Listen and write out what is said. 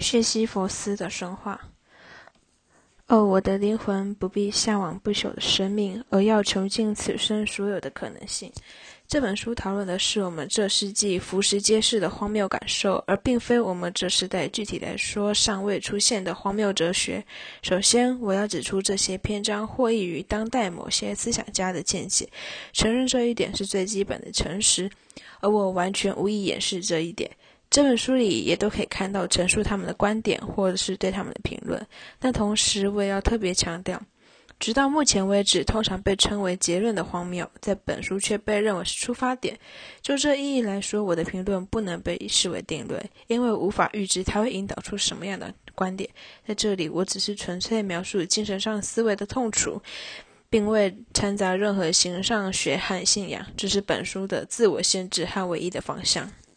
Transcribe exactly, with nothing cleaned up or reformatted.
薛西弗斯的神话。哦，我的灵魂不必向往不朽的生命，而要穷尽此生所有的可能性。这本书讨论的是我们这世纪浮世皆是的荒谬感受，而并非我们这时代具体来说尚未出现的荒谬哲学。首先，我要指出这些篇章获益于当代某些思想家的见解，承认这一点是最基本的诚实，而我完全无意掩饰这一点。这本书里也都可以看到陈述他们的观点或者是对他们的评论，但同时我也要特别强调，直到目前为止通常被称为结论的荒谬，在本书却被认为是出发点。就这意义来说，我的评论不能被视为定论，因为无法预知它会引导出什么样的观点。在这里我只是纯粹描述精神上思维的痛楚，并未掺杂任何形上学和信仰，这是本书的自我限制和唯一的方向。